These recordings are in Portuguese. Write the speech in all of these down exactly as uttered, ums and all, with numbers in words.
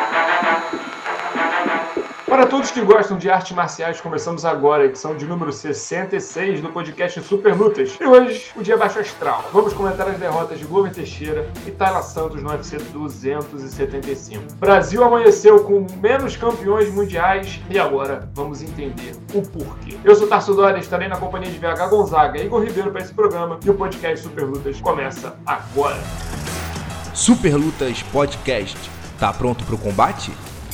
Para todos que gostam de artes marciais, começamos agora a edição de número sessenta e seis do podcast Super Lutas. E hoje, o dia baixo astral. Vamos comentar as derrotas de Glover Teixeira e Taila Santos no U F C duzentos e setenta e cinco. Brasil amanheceu com menos campeões mundiais e agora vamos entender o porquê. Eu sou Tarso Dória, estarei na companhia de V H Gonzaga e Igor Ribeiro para esse programa e o podcast Super Lutas começa agora. Super Lutas Podcast. Tá pronto pro combate?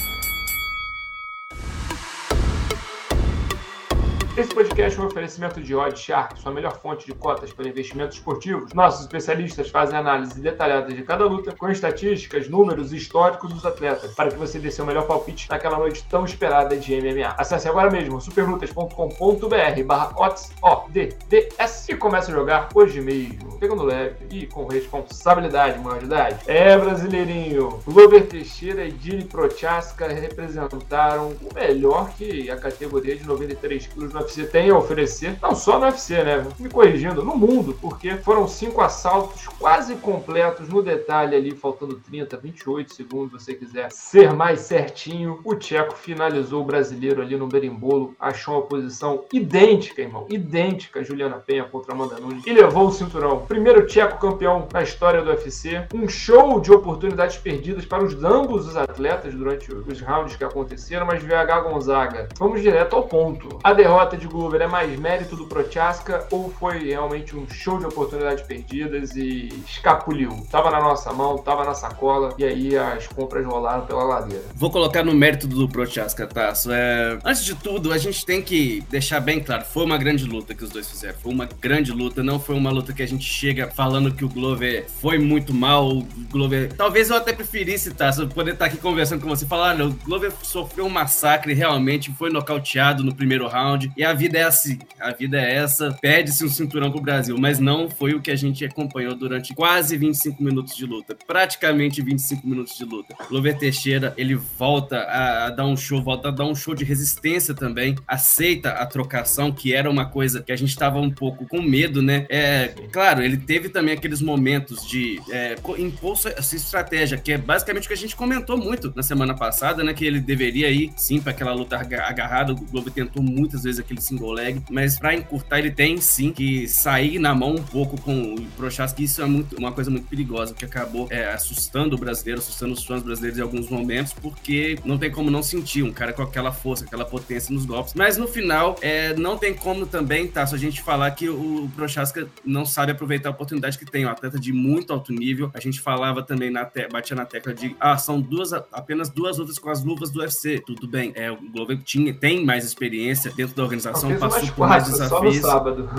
Esse podcast é um oferecimento de OddsShark, sua melhor fonte de cotas para investimentos esportivos. Nossos especialistas fazem análise detalhada de cada luta, com estatísticas, números e históricos dos atletas, para que você dê seu melhor palpite naquela noite tão esperada de M M A. Acesse agora mesmo superlutas ponto com ponto b r barra odds O D D S e comece a jogar hoje mesmo, pegando leve e com responsabilidade, maior de idade. É, brasileirinho! Glover Teixeira e Jiri Prochazka representaram o melhor que a categoria de noventa e três quilos no U F C tem a oferecer, não só no U F C, né? Me corrigindo, no mundo, porque foram cinco assaltos quase completos, no detalhe ali, faltando trinta, vinte e oito segundos, se você quiser ser mais certinho. O tcheco finalizou o brasileiro ali no berimbolo, achou uma posição idêntica, irmão, idêntica a Juliana Penha contra Amanda Nunes e levou o cinturão. Primeiro tcheco campeão na história do U F C, um show de oportunidades perdidas para os ambos os atletas durante os rounds que aconteceram, mas V H Gonzaga, vamos direto ao ponto. A derrota de Glover é mais mérito do Prochazka ou foi realmente um show de oportunidades perdidas e escapuliu? Tava na nossa mão, tava na sacola e aí as compras rolaram pela ladeira. Vou colocar no mérito do Prochazka, Tasso. É... Antes de tudo, a gente tem que deixar bem claro, foi uma grande luta que os dois fizeram, foi uma grande luta, não foi uma luta que a gente chega falando que o Glover foi muito mal, o Glover... Talvez eu até preferisse, Tasso, poder estar aqui conversando com você, falar, olha, o Glover sofreu um massacre, realmente foi nocauteado no primeiro round. E a vida é assim, a vida é essa, perde-se um cinturão pro Brasil, mas não foi o que a gente acompanhou durante quase vinte e cinco minutos de luta, praticamente vinte e cinco minutos de luta. Glover Teixeira, ele volta a, a dar um show, volta a dar um show de resistência também, aceita a trocação, que era uma coisa que a gente tava um pouco com medo, né? É, claro, ele teve também aqueles momentos de é, impor essa estratégia, que é basicamente o que a gente comentou muito na semana passada, né? Que ele deveria ir, sim, para aquela luta agarrada, o Glover tentou muitas vezes aquele single leg, mas pra encurtar ele tem sim que sair na mão um pouco com o Prochazka, isso é muito, uma coisa muito perigosa, que acabou é, assustando o brasileiro, assustando os fãs brasileiros em alguns momentos, porque não tem como não sentir um cara com aquela força, aquela potência nos golpes, mas no final é, não tem como também, tá, só a gente falar que o, o Prochazka não sabe aproveitar a oportunidade que tem, um atleta de muito alto nível, a gente falava também, na te- batia na tecla de, ah, são duas, apenas duas lutas com as luvas do U F C, tudo bem, é, o Glover tinha, tem mais experiência dentro da organização, passou por mais desafios. Só no sábado.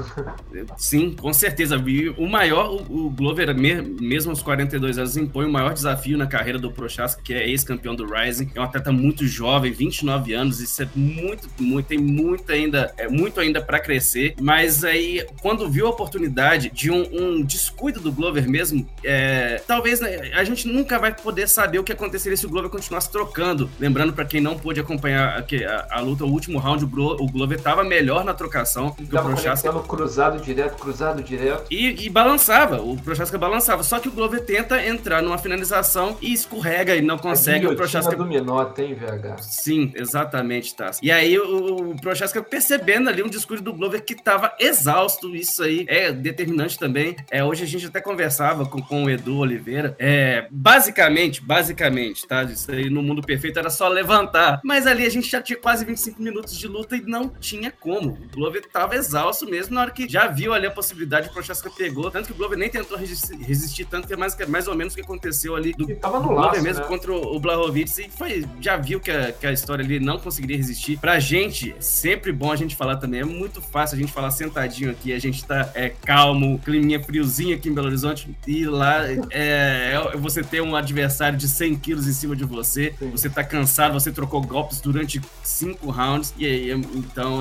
Sim, com certeza. O maior, o, o Glover, mesmo aos quarenta e dois anos, impõe o maior desafio na carreira do Prochazka, que é ex-campeão do Rising. É um atleta muito jovem, vinte e nove anos, isso é muito, muito, tem muito ainda, é muito ainda para crescer. Mas aí, quando viu a oportunidade de um, um descuido do Glover mesmo, é, talvez, né, a gente nunca vai poder saber o que aconteceria se o Glover continuasse trocando. Lembrando, para quem não pôde acompanhar a, a, a luta, o último round, o Glover estava melhor na trocação que o Prochazka. Cruzado direto, cruzado direto. E, e balançava, o Prochazka balançava. Só que o Glover tenta entrar numa finalização e escorrega e não consegue. O Prochazka dominou, tem V H. Sim, exatamente, tá. E aí o, o Prochazka percebendo ali um discurso do Glover que estava exausto. Isso aí é determinante também. É, hoje a gente até conversava com, com o Edu Oliveira. É, basicamente, basicamente, tá? Isso aí no mundo perfeito era só levantar. Mas ali a gente já tinha quase vinte e cinco minutos de luta e não tinha como. O Glover tava exausto mesmo na hora que já viu ali a possibilidade, o Prochazka pegou, tanto que o Glover nem tentou resistir, resistir tanto, que é mais, que é mais ou menos o que aconteceu ali do, tava no do laço, Glover mesmo, né? Contra o, o Blachowicz, e foi, já viu que a, que a história ali não conseguiria resistir. Pra gente, sempre bom a gente falar também, é muito fácil a gente falar sentadinho aqui, a gente tá é, calmo, climinha friozinho aqui em Belo Horizonte, e lá é, é, você ter um adversário de cem quilos em cima de você, Sim. Você tá cansado, você trocou golpes durante cinco rounds, e aí, então, é,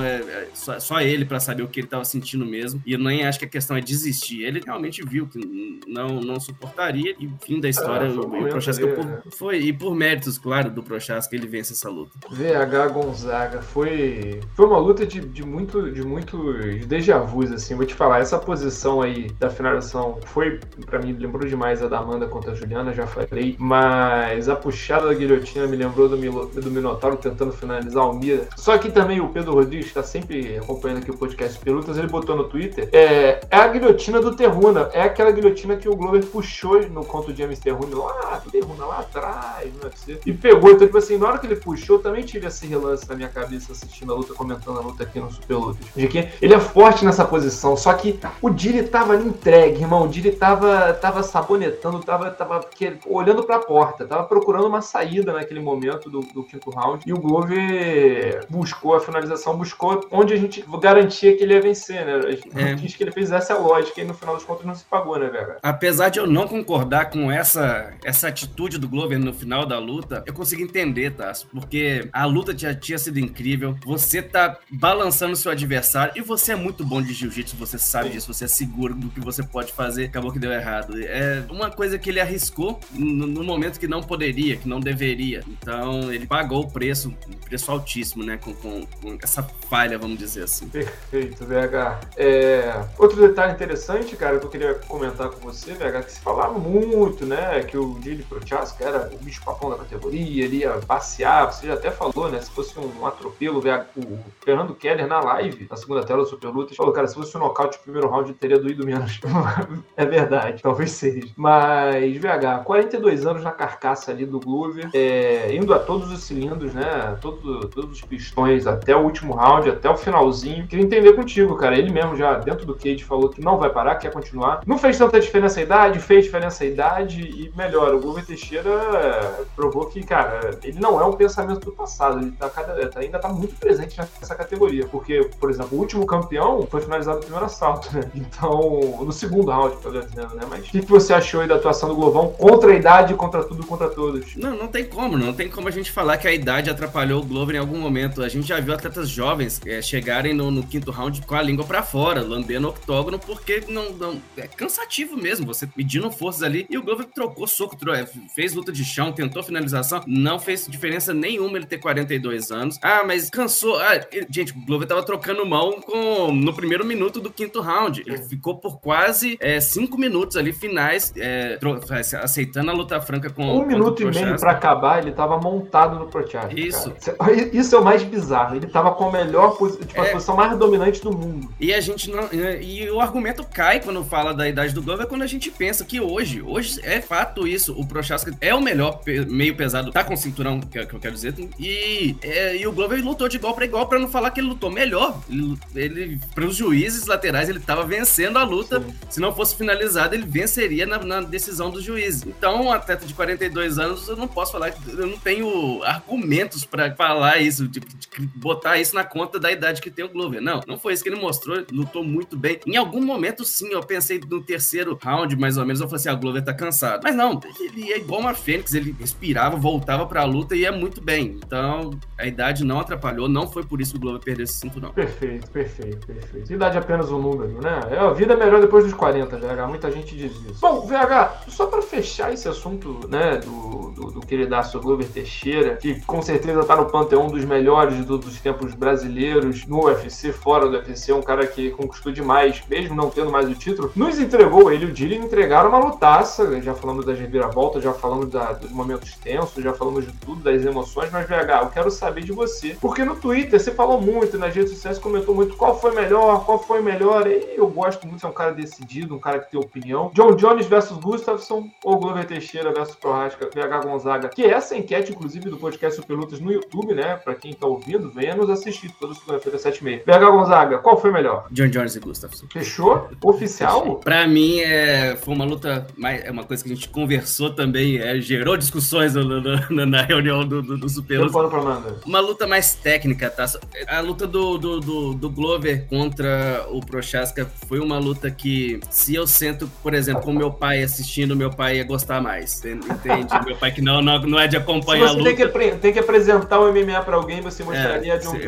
é, só, só ele pra saber o que ele tava sentindo mesmo, e eu nem acho que a questão é desistir, ele realmente viu que não, não suportaria, e fim da história, é, o, o Prochaska ali, por, né? foi, e por méritos, claro, do Prochaska, ele vence essa luta. V H Gonzaga, foi, foi uma luta de, de, muito, de muitos déjà vus, assim, vou te falar, essa posição aí da finalização foi, pra mim, lembrou demais a da Amanda contra a Juliana, já falei, mas a puxada da guilhotina me lembrou do, Milo, do Minotauro tentando finalizar o Mira. Só que também o Pedro Rodrigues, que está sempre acompanhando aqui o podcast Pelutas, ele botou no Twitter, é, é a guilhotina do Terruna, é aquela guilhotina que o Glover puxou no conto de James Terruna lá, Terruna lá atrás, no U F C, e pegou. Então, tipo assim, na hora que ele puxou, eu também tive esse relance na minha cabeça assistindo a luta, comentando a luta aqui no Super Lutas. De que ele é forte nessa posição, só que o Dili tava ali entregue, irmão. O Dili tava, tava sabonetando, tava, tava que, olhando pra porta, tava procurando uma saída naquele momento do, do quinto round. E o Glover buscou a finalização, buscou onde a gente garantia que ele ia vencer, né? A gente é. quis que ele fizesse a lógica e no final das contas não se pagou, né, velho? Apesar de eu não concordar com essa, essa atitude do Glover no final da luta, eu consigo entender, tá? Porque a luta já tinha sido incrível, você tá balançando seu adversário e você é muito bom de jiu-jitsu, você sabe disso, você é seguro do que você pode fazer, acabou que deu errado. É uma coisa que ele arriscou no, no momento que não poderia, que não deveria. Então, ele pagou o preço, um preço altíssimo, né? Com, com, com essa falha, vamos dizer assim. Perfeito, V H. É... Outro detalhe interessante, cara, que eu queria comentar com você, V H, que se falava muito, né? Que o Dili Prochaska era o bicho papão da categoria, ele ia passear, você já até falou, né? Se fosse um atropelo, o Fernando Keller na live, na segunda tela do Super Lutas, falou, cara, se fosse um nocaute no primeiro round, teria doído menos. É verdade, talvez seja. Mas, V H, quarenta e dois anos na carcaça ali do Glover, é, indo a todos os cilindros, né? Todo, todos os pistões até o último round, até o finalzinho. Queria entender contigo, cara. Ele mesmo já, dentro do cage, falou que não vai parar, quer continuar. Não fez tanta diferença a idade, fez diferença a idade e melhor, o Glover Teixeira provou que, cara, ele não é um pensamento do passado, ele tá cada, ainda tá muito presente nessa categoria, porque, por exemplo, o último campeão foi finalizado no primeiro assalto, né? Então, no segundo round, tô dizendo, né? Mas o que, que você achou aí da atuação do Glovão contra a idade, contra tudo, contra todos? Não, não tem como, não tem como a gente falar que a idade atrapalhou o Glover em algum momento. A gente já viu atletas jovens é, chegarem no, no quinto round com a língua pra fora, lambendo o octógono, porque não, não, é cansativo mesmo, você pedindo forças ali, e o Glover trocou soco, trocou, fez luta de chão, tentou finalização, não fez diferença nenhuma ele ter quarenta e dois anos. Ah, mas cansou. Ah, gente, o Glover tava trocando mão com, no primeiro minuto do quinto round. Ele ficou por quase é, cinco minutos ali, finais, é, tro- aceitando a luta franca com Um minuto e meio pra acabar, ele tava montado no Prochaska. Isso. Cara. Isso é o mais bizarro. Ele tava com a melhor posição, tipo, é. a posição mais dominante do mundo. E a gente não. E o argumento cai quando fala da idade do Glover, quando a gente pensa que hoje, hoje é fato isso, o Prochaska é o melhor meio pesado, tá com cinturão, que, que eu quero dizer, e, é, e o Glover lutou de igual pra igual, pra não falar que ele lutou melhor. Ele, ele pros juízes laterais, ele tava vencendo a luta. Sim. Se não fosse finalizado, ele venceria na, na decisão dos juízes. Então, um atleta de quarenta e dois anos, eu não posso falar, eu não tenho argumentos pra falar isso, de, de botar isso na conta da idade que tem o Glover. Não, não foi isso que ele mostrou, ele lutou muito bem. Em algum momento, sim, eu pensei no terceiro round, mais ou menos, eu falei assim, ah, o Glover tá cansado. Mas não, ele é igual uma fênix, ele respirava, voltava pra luta e ia muito bem. Então, a idade não atrapalhou, não foi por isso que o Glover perdeu esse cinturão. Perfeito, perfeito, perfeito. Idade é apenas um número, né? É, a vida é melhor depois dos quarenta, V H, muita gente diz isso. Bom, V H, só pra fechar esse assunto, né, do, do, do queridaço Glover Teixeira, que com certeza tá no panteão dos melhores de todos os tempos brasileiros, no U F C, fora do U F C, um cara que conquistou demais, mesmo não tendo mais o título, nos entregou, ele e o Dili entregaram uma lutaça, já falamos das reviravoltas, já falamos da, dos momentos tensos, já falamos de tudo, das emoções, mas V H, eu quero saber de você, porque no Twitter você falou muito, nas redes sociais você comentou muito qual foi melhor, qual foi melhor, e eu gosto muito, você é um cara decidido, um cara que tem opinião. John Jones versus Gustafsson ou Glover Teixeira versus Prochaska, V H Gonzaga, que é essa enquete, inclusive, do podcast Super Lutas no YouTube, né, pra quem tá ouvindo, venha nos assistir, toda segunda-feira, sete e meia. V H Gonzaga, qual foi melhor? John Jones e Gustafsson. Fechou? Oficial? Fechei. Pra mim, é, foi uma luta, é uma coisa que a gente conversou também, é, gerou discussões no, no, no, na reunião do, do, do Super Lutas. Uma luta mais técnica, tá? A luta do, do, do, do Glover contra o Prochaska foi uma luta que, se eu sento, por exemplo, com meu pai assistindo, meu pai ia gostar mais, entende? Meu pai que não, não, não é de acompanhar a luta. Se você tem que, tem que apresentar o M M A pra alguém, você mostraria é, a John Jones versus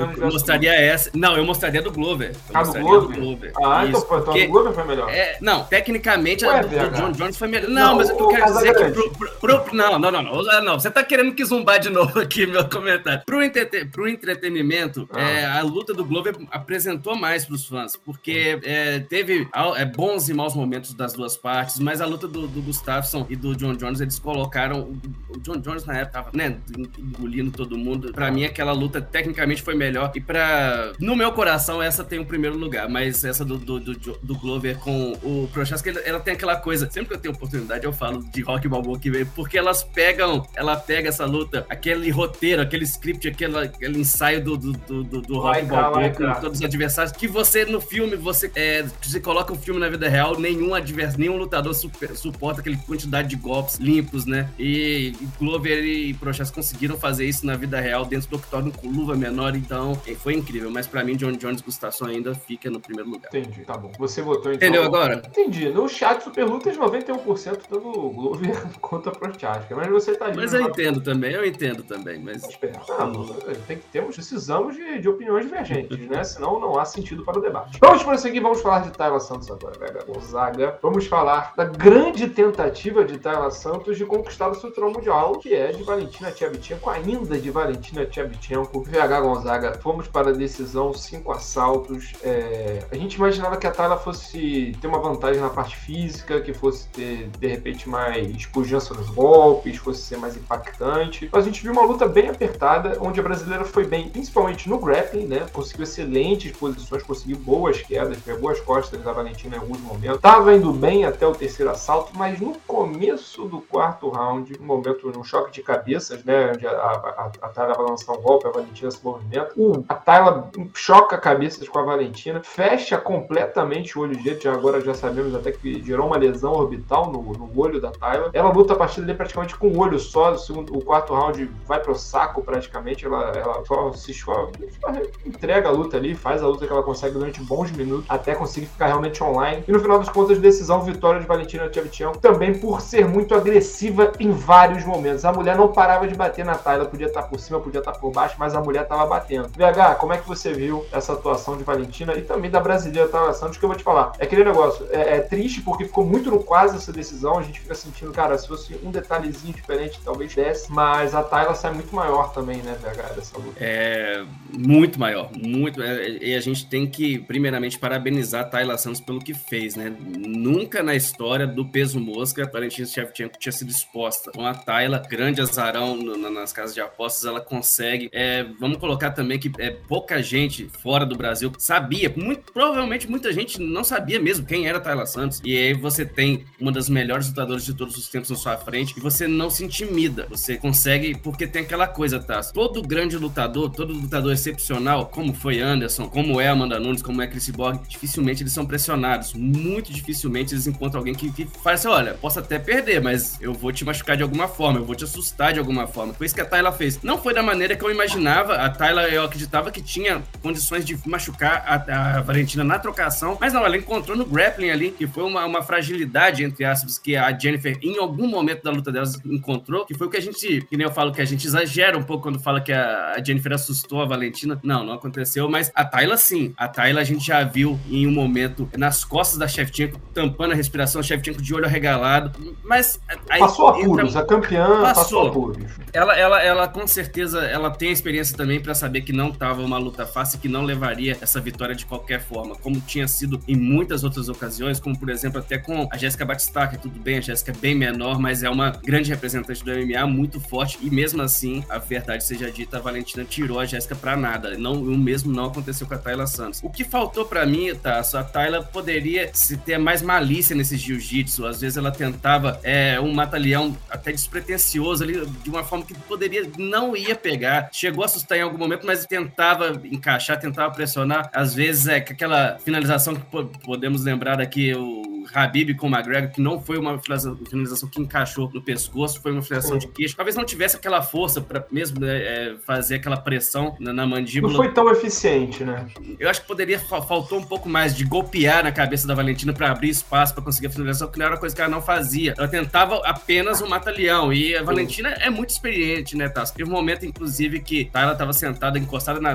mostraria essa. Não, eu mostraria do Glover. Eu ah, do Glover? do Glover? Ah, Isso, então, então a do Glover foi melhor. É, não, tecnicamente Ué, a do, do John Jones foi melhor. Não, não mas o que eu quero dizer é que pro, pro, pro, não, não, não, não, não. Você tá querendo que zumbar de novo aqui, meu comentário. Pro, entrete, pro entretenimento, ah. é, a luta do Glover apresentou mais pros fãs, porque é, teve é, bons e maus momentos das duas partes, mas a luta do, do Gustafsson e do John Jones, eles colocaram. O, o John Jones na época tava, né, engolindo todo mundo. Pra mim, aquela luta tecnicamente foi melhor. E pra. No meu coração, essa tem o primeiro lugar, mas essa do, do, do, do Glover com o Prochaska, ela, ela tem aquela coisa. Sempre que eu tenho oportunidade, eu falo de Rock Balboa que veio, porque elas pegam, ela pega essa luta, aquele roteiro, aquele script, aquele, aquele ensaio do, do, do, do, do Rock Balboa com todos os adversários, que você no filme, você, é, você coloca um filme na vida real, nenhum adversário, nenhum lutador super, suporta aquela quantidade de golpes limpos, né? E, e Glover e Prochaska conseguiram fazer isso na vida real, dentro do octógono com luva menor, então foi incrível, mas pra mim, John Jones Gustafsson ainda fica no primeiro lugar. Entendi, tá bom. Você votou então... Entendeu agora? Entendi. No chat Super Lutas, noventa e um por cento dando Glover contra Prochaska, mas você tá ali... Mas eu entendo também, eu entendo também, mas... Ah, tem que termos, precisamos de, de opiniões divergentes, né? Senão não há sentido para o debate. Vamos prosseguir, vamos falar de Taila Santos agora, Vega Gonzaga. Vamos falar da grande tentativa de Taila Santos de conquistar o cinturão mundial, que é de Valentina Shevchenko, ainda de Valentina Shevchenko. V H Gonzaga, fomos para a decisão, cinco assaltos. É... A gente imaginava que a Taila fosse ter uma vantagem na parte física, que fosse ter, de repente, mais pujança nos golpes, fosse ser mais impactante. Mas a gente viu uma luta bem apertada, onde a brasileira foi bem, principalmente no grappling, né? Conseguiu excelentes posições, conseguiu boas quedas, pegou as costas da Valentina em alguns momentos. Tava indo bem até o terceiro assalto, mas no começo do quarto round, um momento, um choque de cabeças, né? Onde a, a, a Taila vai lançar um golpe, a Valentina se movimenta. Uh, a Taila choca cabeças com a Valentina, fecha completamente o olho direito, já agora já sabemos até que gerou uma lesão orbital no, no olho da Taila. Ela luta a partir dali praticamente com o olho só, o, segundo, o quarto round vai pro saco praticamente, ela, ela só se só, só entrega a luta ali, faz a luta que ela consegue durante bons minutos, até conseguir ficar realmente online. E no final das contas, decisão, vitória de Valentina Shevchenko, também por ser muito agressiva em vários momentos. A mulher não parava de bater na Taila, podia estar por cima, podia estar por baixo, mas a mulher estava batendo. V H, como é que você viu essa atuação de Valentina e também da brasileira Taila Santos, que eu vou te falar, é aquele negócio, é, é triste porque ficou muito no quase essa decisão, a gente fica sentindo, cara, se fosse um detalhezinho diferente, talvez desse, mas a Taila sai muito maior também, né, V H, dessa luta. É, muito maior, muito, é, e a gente tem que, primeiramente, parabenizar a Taila Santos pelo que fez, né, nunca na história do peso mosca a Valentina Shevchenko tinha sido exposta. Com a Taila, grande azarão no, na, nas casas de apostas, ela consegue, é, vamos colocar também que é, pouca gente fora do Brasil sabia, muito, provavelmente muita gente não sabia mesmo quem era a Taila Santos, e aí você tem uma das melhores lutadoras de todos os tempos na sua frente, e você não se intimida, você consegue, porque tem aquela coisa, tá? Todo grande lutador, todo lutador excepcional, como foi Anderson, como é Amanda Nunes, como é Chris Borg, dificilmente eles são pressionados, muito dificilmente eles encontram alguém que, que faz assim, olha, posso até perder, mas eu vou te machucar de alguma forma, eu vou te assustar de alguma forma. Foi isso que a Taila fez. Não foi da maneira que eu imaginava, a Taila, eu acreditava que tinha condições de machucar a, a Valentina na trocação, mas não, ela encontrou no grappling ali, que foi uma, uma fragilidade, entre aspas, que a Jennifer, em algum momento da luta delas, encontrou, que foi o que a gente, que nem eu falo, que a gente exagera um pouco quando fala que a, a Jennifer assustou a Valentina. Não, não aconteceu, mas a Taila sim. A Taila a gente já viu em um momento nas costas da Shevchenko, tampando a respiração, a Shevchenko de olho arregalado, mas... Aí passou apuros, entra... a campeã passou, passou apuros. Ela, ela, ela, com certeza, ela tem a experiência também pra saber que não tava uma luta fácil, que não levaria essa vitória de qualquer forma, como tinha sido em muitas outras ocasiões, como, por exemplo, até com a Jéssica Batistaca, tudo bem, a Jéssica é bem menor, mas é uma grande representante do M M A, muito forte, e mesmo assim, a verdade seja dita, a Valentina tirou a Jéssica pra nada. Não, o mesmo não aconteceu com a Taila Santos. O que faltou pra mim, tá, a Taila poderia se ter mais malícia nesse jiu-jitsu, às vezes ela tentava é, um mata-leão até despretensioso ali, de uma forma que poderia, não ia pegar, chegou a assustar em algum momento, mas tentava encaixar, tentava pressionar, às vezes é aquela finalização que podemos lembrar aqui, o Khabib com o McGregor, que não foi uma finalização que encaixou no pescoço, foi uma finalização de queixo, talvez não tivesse aquela força para mesmo é, fazer aquela pressão na, na mandíbula. Não foi tão eficiente, né? Eu acho que poderia, faltou um pouco mais de golpear na cabeça da Valentina para abrir espaço para conseguir a finalização, que não era uma coisa que ela não fazia. Ela tentava apenas um mata-leão, e a Valentina é muito experiente, né, Tassi? Teve um momento, inclusive, que ela estava sentada, encostada nas,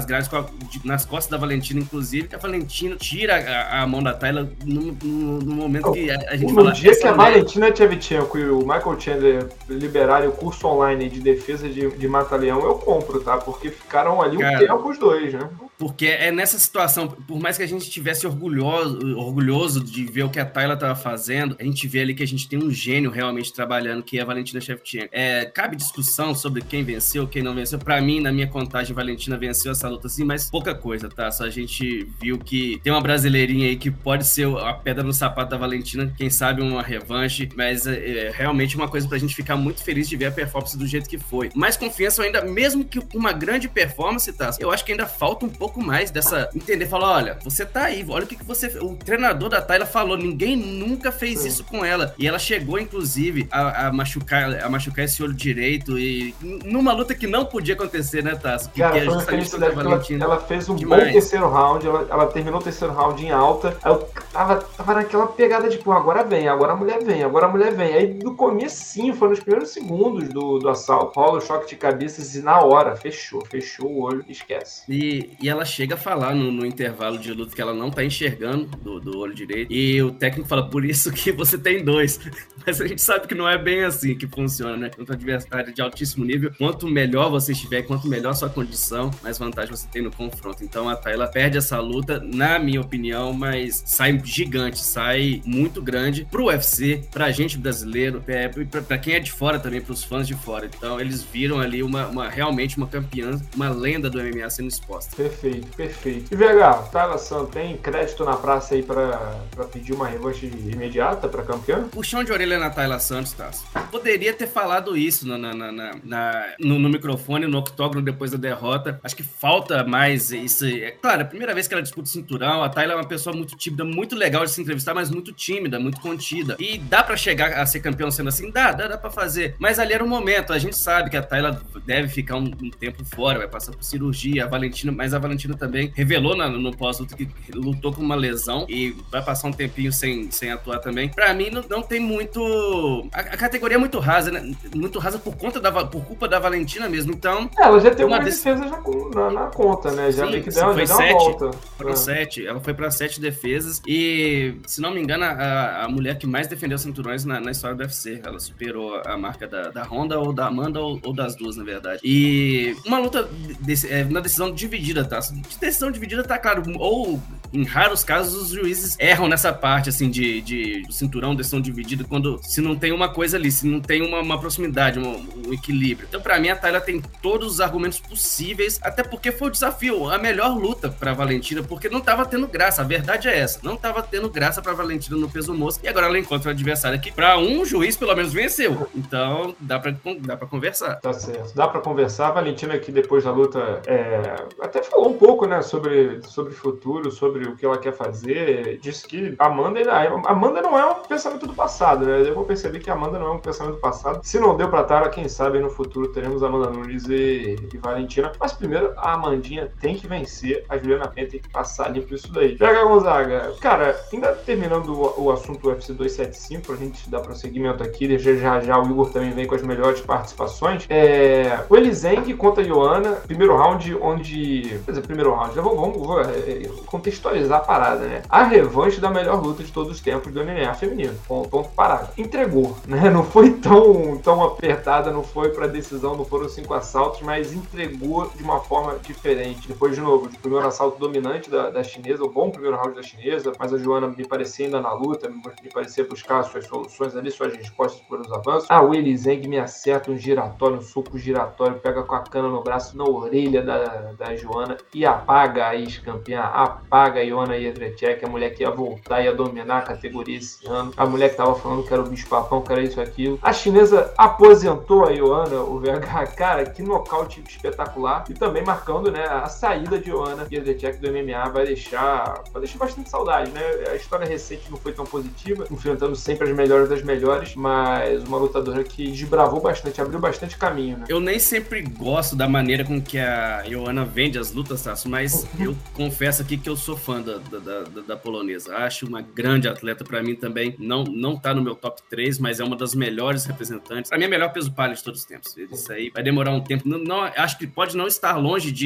grades, com a, de, nas costas da Valentina, inclusive, que a Valentina tira a, a mão da Tayla no, no, no momento que a, a gente no fala... No dia que a Valentina Shevchenko e o Michael Chandler liberarem o curso online de defesa de, de mata-leão, eu compro, tá? Porque ficaram ali um tempo os dois, né? Porque é nessa situação, por mais que a gente estivesse orgulhoso, orgulhoso de ver o que a Tayla estava fazendo, a gente vê ali que a gente tem um gênio realmente trabalhando, que é a Valentina Shevchenko. É, cabe discussão sobre quem venceu, quem não venceu. Pra mim, na minha contagem, a Valentina venceu essa luta sim, mas pouca coisa, tá? Só a gente viu que tem uma brasileirinha aí que pode ser a pedra no sapato da Valentina, quem sabe uma revanche, mas é, é realmente uma coisa pra gente ficar muito feliz de ver a performance do jeito que foi. Mais confiança ainda, mesmo que com uma grande performance, tá? Eu acho que ainda falta um pouco pouco mais dessa... Entender, falar, olha, você tá aí, olha o que, que você... O treinador da Tayla falou, ninguém nunca fez isso com ela. E ela chegou, inclusive, a, a, machucar, a machucar esse olho direito e... Numa luta que não podia acontecer, né, Tasso? Que, Cara, que é foi uma felicidade que ela, ela fez um demais. bom terceiro round, ela, ela terminou o terceiro round em alta, eu tava, tava naquela pegada de, pô, agora vem, agora a mulher vem, agora a mulher vem. Aí, no comecinho, foi nos primeiros segundos do, do assalto, rola o choque de cabeças e na hora, fechou, fechou o olho, esquece. E, e ela chega a falar no, no intervalo de luta que ela não tá enxergando do, do olho direito. E o técnico fala, por isso que você tem dois. Mas a gente sabe que não é bem assim que funciona, né? Contra adversário de altíssimo nível, quanto melhor você estiver, quanto melhor sua condição, mais vantagem você tem no confronto. Então a Tayla perde essa luta, na minha opinião, mas sai gigante, sai muito grande pro U F C, pra gente brasileiro, é, pra, pra quem é de fora também, pros fãs de fora. Então eles viram ali uma, uma realmente uma campeã, uma lenda do M M A sendo exposta. Perfeito, perfeito. E V H, Tayla Santos tem crédito na praça aí pra, pra pedir uma revanche imediata pra campeã? Puxão de orelha na Tayla Santos, Tasso. Poderia ter falado isso na, na, na, na, no, no microfone, no octógono depois da derrota. Acho que falta mais isso. É claro, é a primeira vez que ela disputa o cinturão. A Tayla é uma pessoa muito tímida, muito legal de se entrevistar, mas muito tímida, muito contida. E dá pra chegar a ser campeão sendo assim? Dá, dá, dá pra fazer. Mas ali era o momento. A gente sabe que a Tayla deve ficar um, um tempo fora, vai passar por cirurgia. A Valentina, mas a Valentina também revelou na, no pós-luta que lutou com uma lesão e vai passar um tempinho sem, sem atuar também. Pra mim, não, não tem muito... A, a categoria é muito rasa, né? Muito rasa por conta da, por culpa da Valentina mesmo, então... É, ela já tem uma, uma defesa já na, na conta, né? Já meio que deu, foi já deu sete, uma volta. Foram é. sete, ela foi pra sete defesas e, se não me engano, a, a mulher que mais defendeu cinturões na, na história do U F C. Ela superou a marca da, da Honda ou da Amanda ou, ou das duas, na verdade. E uma luta de, é, na decisão dividida, tá? De decisão dividida, tá claro, ou em raros casos os juízes erram nessa parte, assim, de, de cinturão, decisão dividida, quando se não tem uma coisa ali, se não tem uma, uma proximidade, um, um equilíbrio. Então, pra mim, a Tayla tem todos os argumentos possíveis, até porque foi o desafio, a melhor luta pra Valentina, porque não tava tendo graça, a verdade é essa, não tava tendo graça pra Valentina no peso mosca, e agora ela encontra o adversário que, pra um juiz, pelo menos, venceu. Então, dá pra, dá pra conversar. Tá certo, dá pra conversar. A Valentina, que depois da luta, é, até falou um pouco, né, sobre, sobre o futuro, sobre o que ela quer fazer, disse que a Amanda, a Amanda não é um pensamento do passado, né, eu vou perceber que a Amanda não é um pensamento do passado. Se não deu pra Tayla, quem sabe no futuro teremos a Amanda Nunes e, e Valentina, mas primeiro a Amandinha tem que vencer, a Juliana Pena tem que passar limpo isso daí. P H Gonzaga, cara, ainda terminando o, o assunto U F C duzentos e setenta e cinco, pra gente dar prosseguimento aqui, já já, já o Igor também vem com as melhores participações. É, o Elizeng contra a Joana, primeiro round onde... Quer dizer, primeiro round, já vou, vamos vou, é, contextualizar a parada, né? A revanche da melhor luta de todos os tempos do M M A feminino, ponto, ponto parado. Entregou, né? Não foi tão, tão apertada, não foi pra decisão, não foram cinco assaltos, mas entregou de uma forma diferente. Depois, de novo, de primeiro assalto dominante da, da chinesa, o bom primeiro round da chinesa, mas a Joana me parecia ainda na luta, me, me parecia buscar suas soluções ali, suas respostas por os avanços. Ah, o Elizeng me acerta um giratório, um soco giratório, pega com a cana no braço, na orelha da, da Joana e apaga a ex-campeã, apaga a Joana Jędrzejczyk, a mulher que ia voltar, ia dominar a categoria esse ano, a mulher que tava falando que era o bicho-papão, que era isso, aquilo. A chinesa aposentou a Joana, o V H, cara, que nocaute espetacular, e também marcando, né, a saída de Joana Jędrzejczyk do M M A, vai deixar, vai deixar bastante saudade, né, a história recente não foi tão positiva, enfrentando sempre as melhores das melhores, mas uma lutadora que desbravou bastante, abriu bastante caminho, né. Eu nem sempre gosto da maneira com que a Joana vende as lutas, Tasso, mas eu confesso aqui que eu sou fã da, da, da, da polonesa, acho uma grande atleta, pra mim também, não, não tá no meu top três, mas é uma das melhores representantes, pra mim é o melhor peso palha de todos os tempos, isso aí vai demorar um tempo, não, não, acho que pode não estar longe de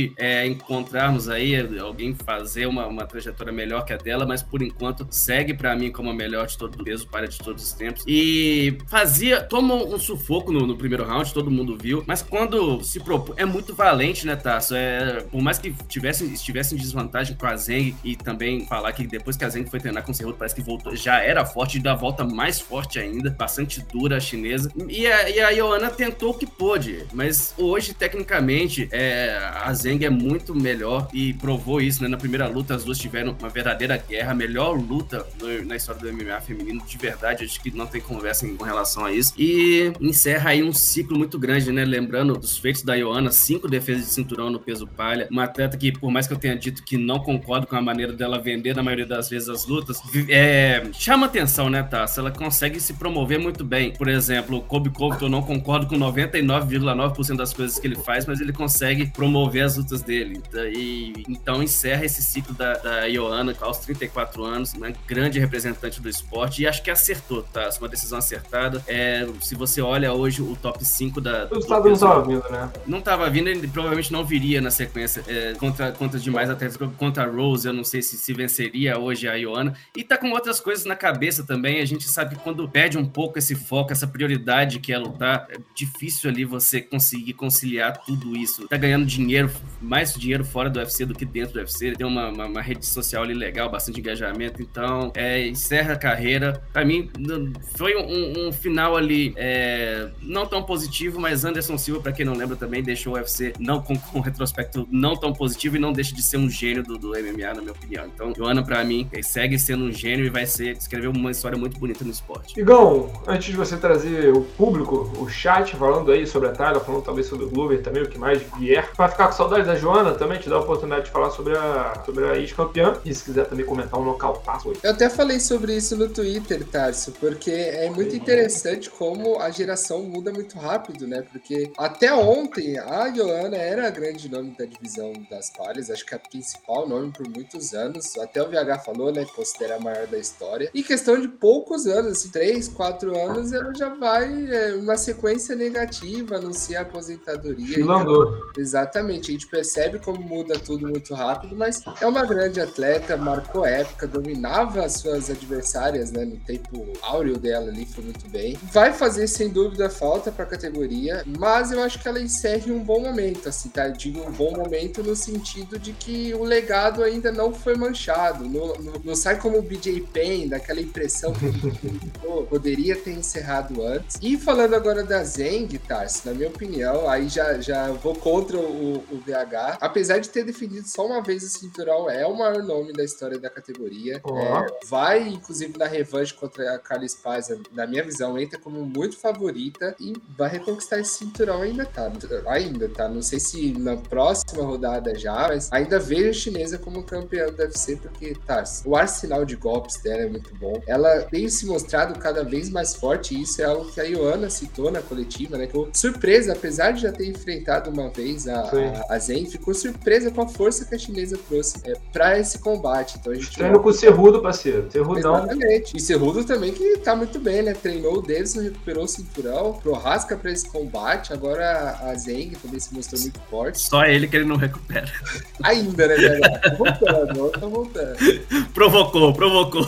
pode é, encontrarmos aí alguém fazer uma, uma trajetória melhor que a dela, mas por enquanto segue pra mim como a melhor de todo o peso, para de todos os tempos. E fazia, tomou um sufoco no, no primeiro round, todo mundo viu, mas quando se propõe, é muito valente, né, Tasso? É, por mais que tivesse, estivesse em desvantagem com a Zheng, e também falar que depois que a Zheng foi treinar com o Cerrudo, parece que voltou, já era forte, e dá a volta mais forte ainda, bastante dura a chinesa. E a, e a Joanna tentou o que pôde, mas hoje, tecnicamente, é, a Zheng é muito melhor e provou isso, né? Na primeira luta, as duas tiveram uma verdadeira guerra, a melhor luta no, na história do M M A feminino, de verdade, acho que não tem conversa em, com relação a isso. E encerra aí um ciclo muito grande, né? Lembrando dos feitos da Joanna, cinco defesas de cinturão no peso palha, uma atleta que, por mais que eu tenha dito que não concordo com a maneira dela vender, na maioria das vezes, as lutas, é, chama atenção, né, Tasso? Ela consegue se promover muito bem. Por exemplo, o Colby Covington, eu não concordo com noventa e nove vírgula nove por cento das coisas que ele faz, mas ele consegue promover as lutas dele. E, então encerra esse ciclo da, da Joanna aos trinta e quatro anos, uma grande representante do esporte, e acho que acertou, tá? Uma decisão acertada. É, se você olha hoje o top cinco da... O Estado não estava vindo, né? Não estava vindo, ele provavelmente não viria na sequência é, contra, contra demais atletas, contra a Rose, eu não sei se, se venceria hoje a Joanna, e tá com outras coisas na cabeça também. A gente sabe que quando perde um pouco esse foco, essa prioridade que é lutar, é difícil ali você conseguir conciliar tudo isso. Tá ganhando dinheiro, mais dinheiro fora do U F C do que dentro do U F C, tem uma, uma, uma rede social ali legal, bastante engajamento, então é, encerra a carreira. Pra mim, foi um, um final ali é, não tão positivo, mas Anderson Silva, pra quem não lembra, também deixou o U F C não, com, com um retrospecto não tão positivo, e não deixa de ser um gênio do, do M M A, na minha opinião. Então, Joanna, pra mim, segue sendo um gênio e vai ser, escrever uma história muito bonita no esporte. Igão, antes de você trazer o público, o chat, falando aí sobre a Tayla, falando talvez sobre o Glover também, o que mais vier, vai ficar com saudade da Joanna também, te dá a oportunidade de falar sobre a, sobre a ex-campeã, e se quiser também comentar um nocautaço. Eu até falei sobre isso no Twitter, Tarso, porque é muito interessante como a geração muda muito rápido, né? Porque até ontem a Joanna era a grande nome da divisão das palhas, acho que a principal nome por muitos anos, até o V H falou, né? Considera a maior da história. E questão de poucos anos, assim, três, quatro anos, ela já vai é, uma sequência negativa, anuncia a aposentadoria. Então, exatamente, a gente percebe como muda tudo muito rápido, mas é uma grande atleta, marcou época, dominava as suas adversárias, né? No tempo áureo dela ali, foi muito bem. Vai fazer, sem dúvida, falta para a categoria, mas eu acho que ela encerra em um bom momento, assim, tá? Eu digo um bom momento no sentido de que o legado ainda não foi manchado, não, não, não sai como o B J Penn, daquela impressão que ele ficou, poderia ter encerrado antes. E falando agora da Zheng, Tarso, na minha opinião, aí já, já vou contra o, o V H, apesar de ter defendido só uma vez o cinturão, é o maior nome da história da categoria. Oh. É, vai, inclusive, na revanche contra a Carla Esparza, na minha visão, entra como muito favorita e vai reconquistar esse cinturão ainda, tá? Ainda, tá? Não sei se na próxima rodada já, mas ainda vejo a chinesa como campeã do U F C, porque, tá, o arsenal de golpes dela é muito bom. Ela tem se mostrado cada vez mais forte, e isso é algo que a Joanna citou na coletiva, né? Que eu, surpresa, apesar de já ter enfrentado uma vez a, a, a Zheng, ficou surpresa com a força que a chinesa trouxe é, pra esse combate. Então a gente treino vai... com o Cerrudo, parceiro. Cerrudão. Exatamente. E Cerrudo também, que tá muito bem, né? Treinou o Davidson, recuperou o cinturão, prorrasca pra esse combate. Agora a Zheng também se mostrou muito forte. Só ele que ele não recupera. Ainda, né, galera? Tô voltando, tô voltando. Provocou, provocou.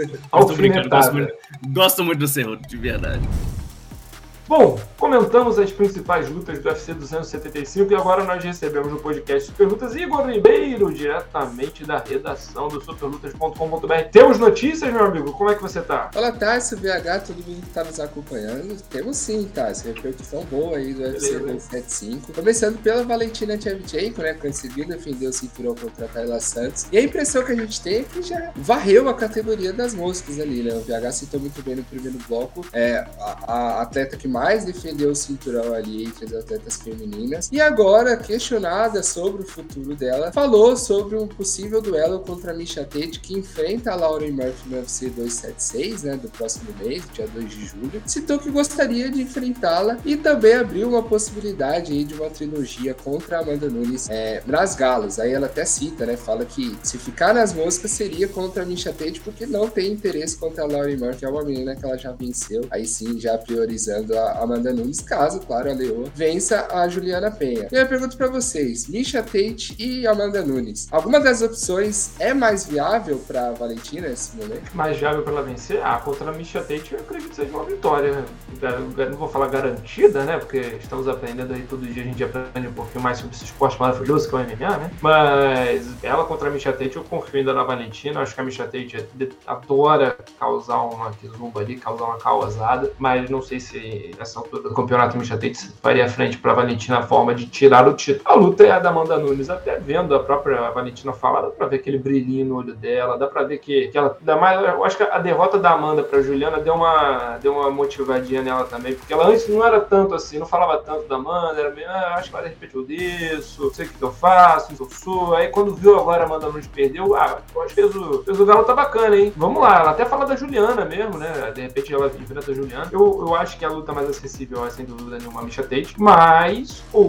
Tô brincando, gosto muito, gosto muito do Cerrudo, de verdade. Bom, comentamos as principais lutas do U F C duzentos e setenta e cinco e agora nós recebemos no podcast Super Lutas Igor Ribeiro, diretamente da redação do superlutas ponto com ponto b r. Temos notícias, meu amigo? Como é que você tá? Fala, Tarso, V H, todo mundo que tá nos acompanhando. Temos sim, Tarso, repercussão boa aí do U F C duzentos e setenta e cinco. Começando pela Valentina Shevchenko, né, conseguiu defender o cinturão contra a Taila Santos. E a impressão que a gente tem é que já varreu a categoria das moscas ali, né? O V H citou muito bem no primeiro bloco. É, a, a atleta que mais mais defendeu o cinturão ali entre as atletas femininas. E agora, questionada sobre o futuro dela, falou sobre um possível duelo contra a Miesha Tate, que enfrenta a Lauren Murphy no U F C duzentos e setenta e seis, né, do próximo mês, dia dois de julho. Citou que gostaria de enfrentá-la e também abriu uma possibilidade aí de uma trilogia contra a Amanda Nunes é, nas galas. Aí ela até cita, né, fala que se ficar nas moscas seria contra a Miesha Tate, porque não tem interesse contra a Lauren Murphy, que é uma menina que ela já venceu, aí sim, já priorizando a a Amanda Nunes, caso, claro, a Leoa vença a Juliana Penha. E eu pergunto pra vocês, Misha Tate e Amanda Nunes, alguma das opções é mais viável pra Valentina nesse momento? Mais viável pra ela vencer? Ah, contra a Misha Tate eu acredito que seja uma vitória. Não vou falar garantida, né? Porque estamos aprendendo aí todo dia, a gente aprende um pouquinho mais sobre esse esporte maravilhoso que é o M M A, né? Mas ela contra a Misha Tate eu confio ainda na Valentina. Acho que a Misha Tate adora causar uma kizumba ali, causar uma causada, mas não sei se nessa altura do campeonato Misha Tate faria frente pra Valentina a forma de tirar o título. A luta é a da Amanda Nunes, até vendo a própria Valentina falar, dá pra ver aquele brilhinho no olho dela, dá pra ver que, que ela dá mais. Eu acho que a derrota da Amanda pra Juliana deu uma, deu uma motivadinha nela também, porque ela antes não era tanto assim, não falava tanto da Amanda, era meio, ah, acho que ela repetiu disso, não sei o que eu faço, não sou. Aí quando viu agora a Amanda Nunes perdeu, ah, acho que fez o, fez o galo tá bacana, hein? Vamos lá, ela até fala da Juliana mesmo, né? De repente ela enfrenta a Juliana. Eu, eu acho que a luta mais acessível é sem dúvida nenhuma a Misha Tate, mas o,